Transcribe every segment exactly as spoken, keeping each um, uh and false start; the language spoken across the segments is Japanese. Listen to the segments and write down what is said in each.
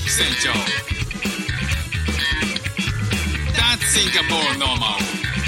船長 That's Singapore normal。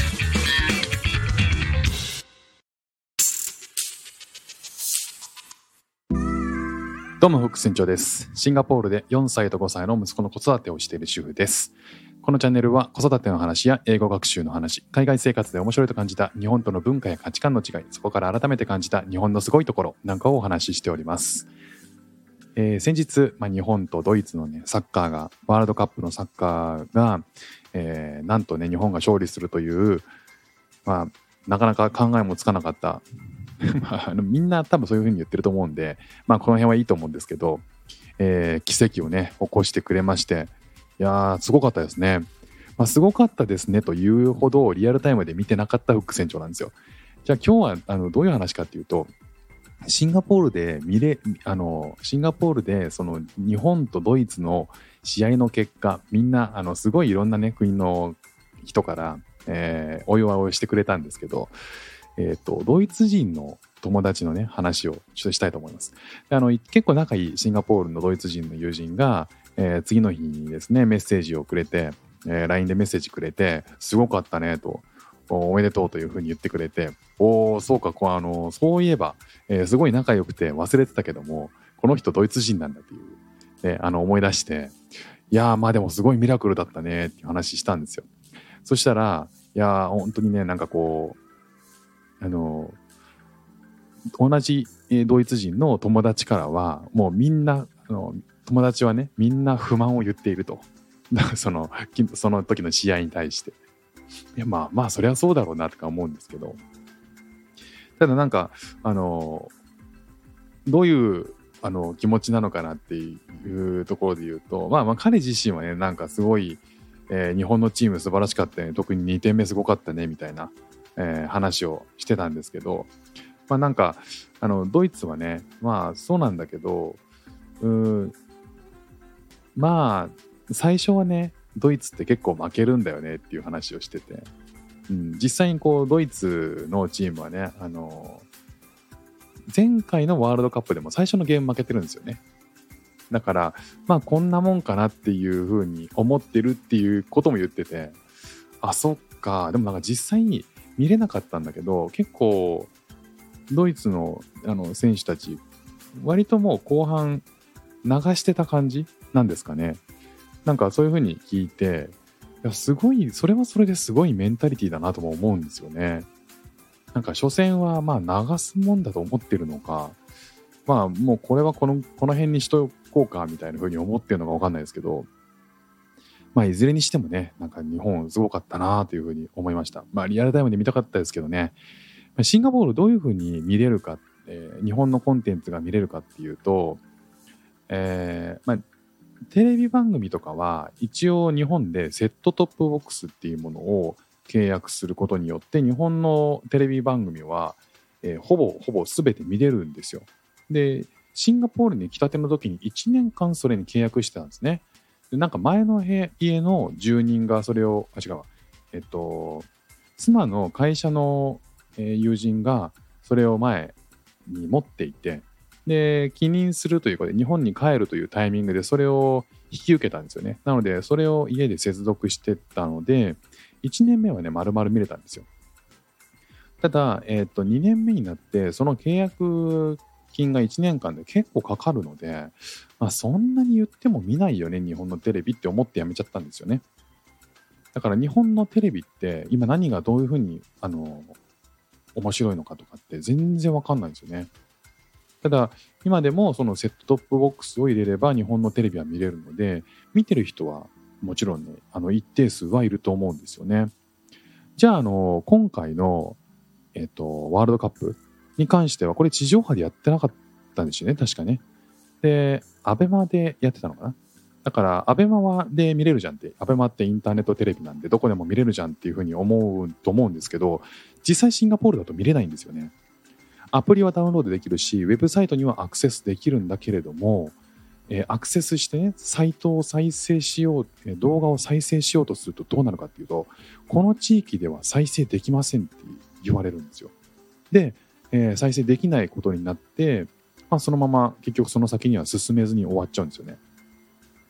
どうもフック船長です。シンガポールでよんさいとごさいの息子の子育てをしている主婦です。このチャンネルは子育ての話や英語学習の話、海外生活で面白いと感じた日本との文化や価値観の違い、そこから改めて感じた日本のすごいところなんかをお話ししております。えー、先日、まあ、日本とドイツの、ね、サッカーがワールドカップのサッカーが、えー、なんとね日本が勝利するという、まあ、なかなか考えもつかなかったまあ、あのみんな多分そういう風に言ってると思うんで、まあ、この辺はいいと思うんですけど、えー、奇跡をね起こしてくれまして、いやーすごかったですね。まあ、すごかったですねというほどリアルタイムで見てなかったフック船長なんですよ。じゃあ今日はあのどういう話かっていうと、シンガポールで見れあのシンガポールでその日本とドイツの試合の結果、みんなあのすごいいろんなね国の人から、えー、お祝いをしてくれたんですけど、えーと、ドイツ人の友達のね話をちょっとしたいと思います。であの結構仲いいシンガポールのドイツ人の友人が、えー、次の日にですねメッセージをくれて、えー、ライン でメッセージくれて、すごかったねと、おめでとうというふうに言ってくれて、おーそうかこうあのそういえば、えー、すごい仲良くて忘れてたけどもこの人ドイツ人なんだっていう、ね、あの思い出して、いやーまあでもすごいミラクルだったねっていう話したんですよ。そしたらいやー本当にねなんかこうあの同じドイツ人の友達からはもうみんなあの友達はねみんな不満を言っているとそのその時の試合に対して、いやまあまあそりゃそうだろうなとか思うんですけど、ただなんかあのどういうあの気持ちなのかなっていうところで言うと、まあまあ彼自身はねなんかすごい、えー、日本のチーム素晴らしかったね、特ににてんめすごかったねみたいな、えー、話をしてたんですけど、まあなんかあのドイツはねまあそうなんだけど、うーんまあ最初はねドイツって結構負けるんだよねっていう話をしてて、うん、実際にこうドイツのチームはねあの前回のワールドカップでも最初のゲーム負けてるんですよね。だからまあこんなもんかなっていう風に思ってるっていうことも言ってて、あそっか、でもなんか実際に見れなかったんだけど結構ドイツの、あの選手たち割ともう後半流してた感じなんですかね。なんかそういう風に聞いて、いやすごいそれはそれですごいメンタリティだなとも思うんですよね。なんか初戦はまあ流すもんだと思ってるのか、まあもうこれはこのこの辺にしとこうかみたいな風に思ってるのか分かんないですけど、まあいずれにしてもねなんか日本すごかったなという風に思いました。まあリアルタイムで見たかったですけどね、シンガポールどういう風に見れるか、えー、日本のコンテンツが見れるかっていうと、えーまあ、テレビ番組とかは一応日本でセットトップボックスっていうものを契約することによって日本のテレビ番組は、えー、ほぼほぼ全て見れるんですよ。でシンガポールに来たての時にいちねんかんそれに契約してたんですね。でなんか前の家の住人がそれをあ違うわえっと妻の会社の友人がそれを前に持っていて、で帰任するということで日本に帰るというタイミングでそれを引き受けたんですよね。なのでそれを家で接続してたのでいちねんめはね丸々見れたんですよ。ただ、えー、とにねんめになってその契約金がいちねんかんで結構かかるので、まあ、そんなに言っても見ないよね日本のテレビって思ってやめちゃったんですよね。だから日本のテレビって今何がどういうふうにあの面白いのかとかって全然わかんないんですよね。ただ今でもそのセットトップボックスを入れれば日本のテレビは見れるので見てる人はもちろんねあの一定数はいると思うんですよね。じゃあ、あの今回の、えっと、ワールドカップに関してはこれ地上波でやってなかったんですよね確かね。でアベマでやってたのかな。だからアベマはで見れるじゃんって、アベマってインターネットテレビなんでどこでも見れるじゃんっていう風に思うと思うんですけど、実際シンガポールだと見れないんですよね。アプリはダウンロードできるしウェブサイトにはアクセスできるんだけれども、えー、アクセスしてねサイトを再生しよう、えー、動画を再生しようとするとどうなるかっていうと、この地域では再生できませんって言われるんですよ。で、えー、再生できないことになって、まあ、そのまま結局その先には進めずに終わっちゃうんですよね。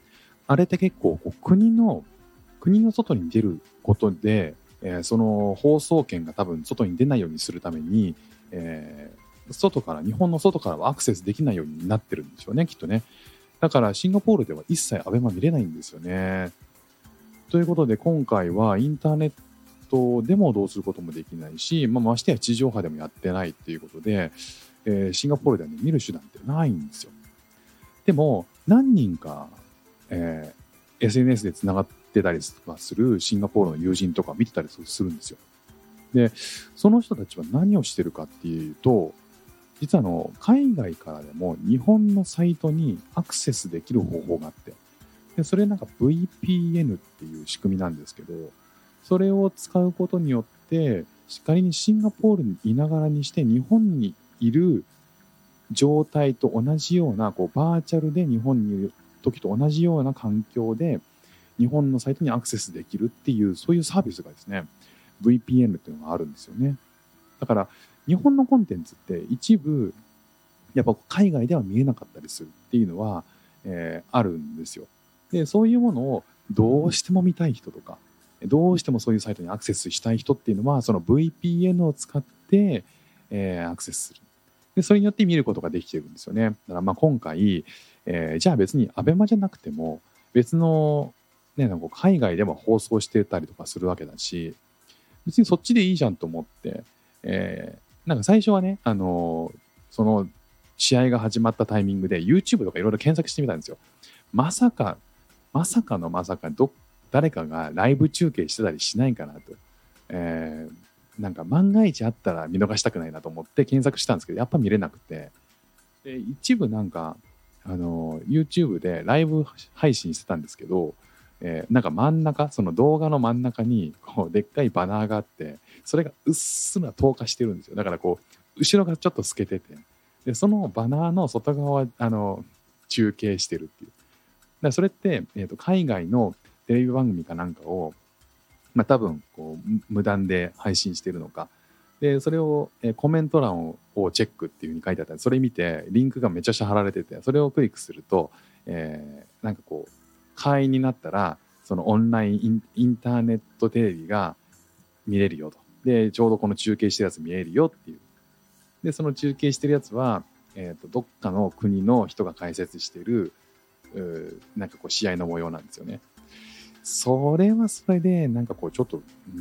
あれって結構こう国の国の外に出ることで、えーその放送権が多分外に出ないようにするために、えー外から日本の外からはアクセスできないようになってるんでしょうね、きっとね。だからシンガポールでは一切アベマ見れないんですよね。ということで今回はインターネットでもどうすることもできないし、まあ、ましてや地上波でもやってないっていうことで、えーシンガポールでは、ね、見る手段ってないんですよ。でも何人か、えー エスエヌエス でつながってたりとかするシンガポールの友人とか見てたりするんですよ。で、その人たちは何をしてるかっていうと、実はあの海外からでも日本のサイトにアクセスできる方法があって、でそれなんか ブイピーエヌ っていう仕組みなんですけど、それを使うことによって仮にシンガポールにいながらにして日本にいる状態と同じようなこうバーチャルで日本にいる時と同じような環境で日本のサイトにアクセスできるっていう、そういうサービスがですね ブイピーエヌ っていうのがあるんですよね。だから日本のコンテンツって一部やっぱ海外では見えなかったりするっていうのは、えーあるんですよ。でそういうものをどうしても見たい人とかどうしてもそういうサイトにアクセスしたい人っていうのはその ブイピーエヌ を使って、えーアクセスする。でそれによって見ることができてるんですよね。だからまあ今回、えーじゃあ別にアベマじゃなくても別の、ね、なんか海外でも放送してたりとかするわけだし、別にそっちでいいじゃんと思って、えーなんか最初はね、あのーその試合が始まったタイミングで YouTube とかいろいろ検索してみたんですよ。まさかまさかのまさかど誰かがライブ中継してたりしないかなと、えーなんか万が一あったら見逃したくないなと思って検索したんですけど、やっぱ見れなくて、で一部なんかあの YouTube でライブ配信してたんですけど、えーなんか真ん中、その動画の真ん中にこうでっかいバナーがあって、それがうっすら透過してるんですよ。だからこう後ろがちょっと透けてて、でそのバナーの外側はあの中継してるっていう。だからそれって、えーと海外のテレビ番組かなんかを、まあ、多分こう無断で配信してるのか、でそれを、えーコメント欄ををチェックっていう風に書いてあったんで、それ見てリンクがめちゃくちゃ貼られてて、それをクリックすると、えーなんかこう会員になったらそのオンラインインインターネットテレビが見れるよと。でちょうどこの中継してるやつ見えるよっていう。でその中継してるやつは、えーとどっかの国の人が解説してるうーなんかこう試合の模様なんですよね。それはそれでなんかこうちょっと、うん、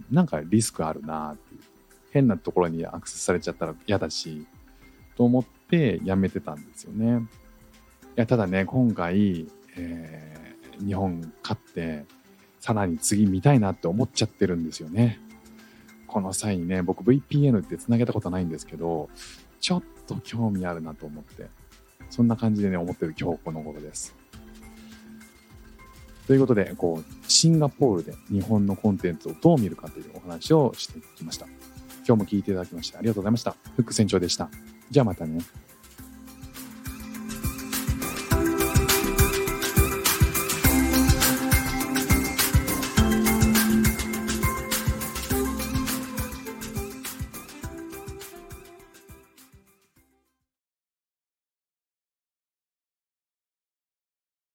なんかリスクあるなっていう、変なところにアクセスされちゃったら嫌だしと思ってやめてたんですよね。いやただね今回、えー日本勝ってさらに次見たいなって思っちゃってるんですよね。この際にね、僕 ブイピーエヌ ってつなげたことないんですけど、ちょっと興味あるなと思って、そんな感じでね思ってる今日この頃です。ということで、こうシンガポールで日本のコンテンツをどう見るかというお話をしてきました。今日も聞いていただきましてありがとうございました。フック船長でした。じゃあまたね。